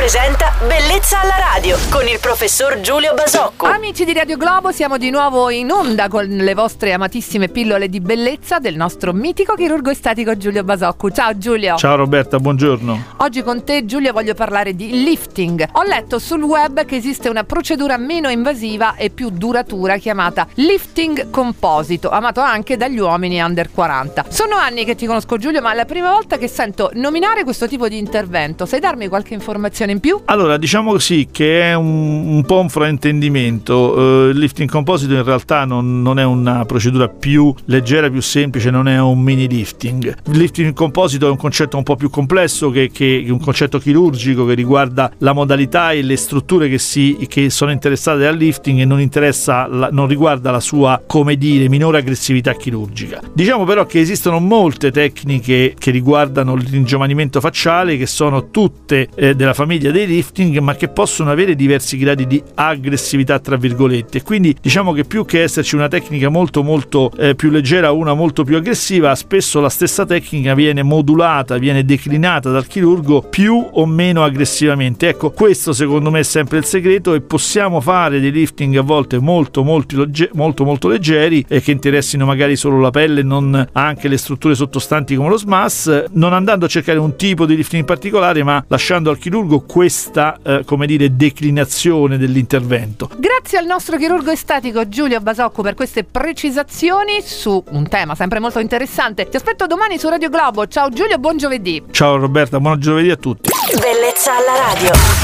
presenta Bellezza alla radio con il professor Giulio Basocco. Amici di Radio Globo, siamo di nuovo in onda con le vostre amatissime pillole di bellezza del nostro mitico chirurgo estetico Giulio Basocco. Ciao Giulio. Ciao Roberta, buongiorno. Oggi con te, Giulio, voglio parlare di lifting. Ho letto sul web che esiste una procedura meno invasiva e più duratura chiamata lifting composito, amato anche dagli uomini under 40. Sono anni che ti conosco, Giulio, ma è la prima volta che sento nominare questo tipo di intervento. Sai darmi qualche informazione in più? Allora, diciamo così che è un po' un fraintendimento. Il lifting composito in realtà non è una procedura più leggera, più semplice, non è un mini lifting. Il lifting composito è un concetto un po' più complesso che un concetto chirurgico che riguarda la modalità e le strutture che sono interessate dal lifting e non riguarda la sua, minore aggressività chirurgica. Diciamo però che esistono molte tecniche che riguardano il ringiovanimento facciale, che sono tutte della famiglia dei lifting, ma che possono avere diversi gradi di aggressività tra virgolette. Quindi diciamo che più che esserci una tecnica molto più leggera o una molto più aggressiva, spesso la stessa tecnica viene modulata, viene declinata dal chirurgo più o meno aggressivamente. Ecco, questo secondo me è sempre il segreto, e possiamo fare dei lifting a volte molto leggeri e che interessino magari solo la pelle, non anche le strutture sottostanti come lo SMAS, non andando a cercare un tipo di lifting in particolare, ma lasciando al chirurgo questa declinazione dell'intervento. Grazie al nostro chirurgo estetico Giulio Basocco per queste precisazioni su un tema sempre molto interessante. Ti aspetto domani su Radio Globo. Ciao Giulio, buon giovedì. Ciao Roberta, buon giovedì a tutti. Bellezza alla radio.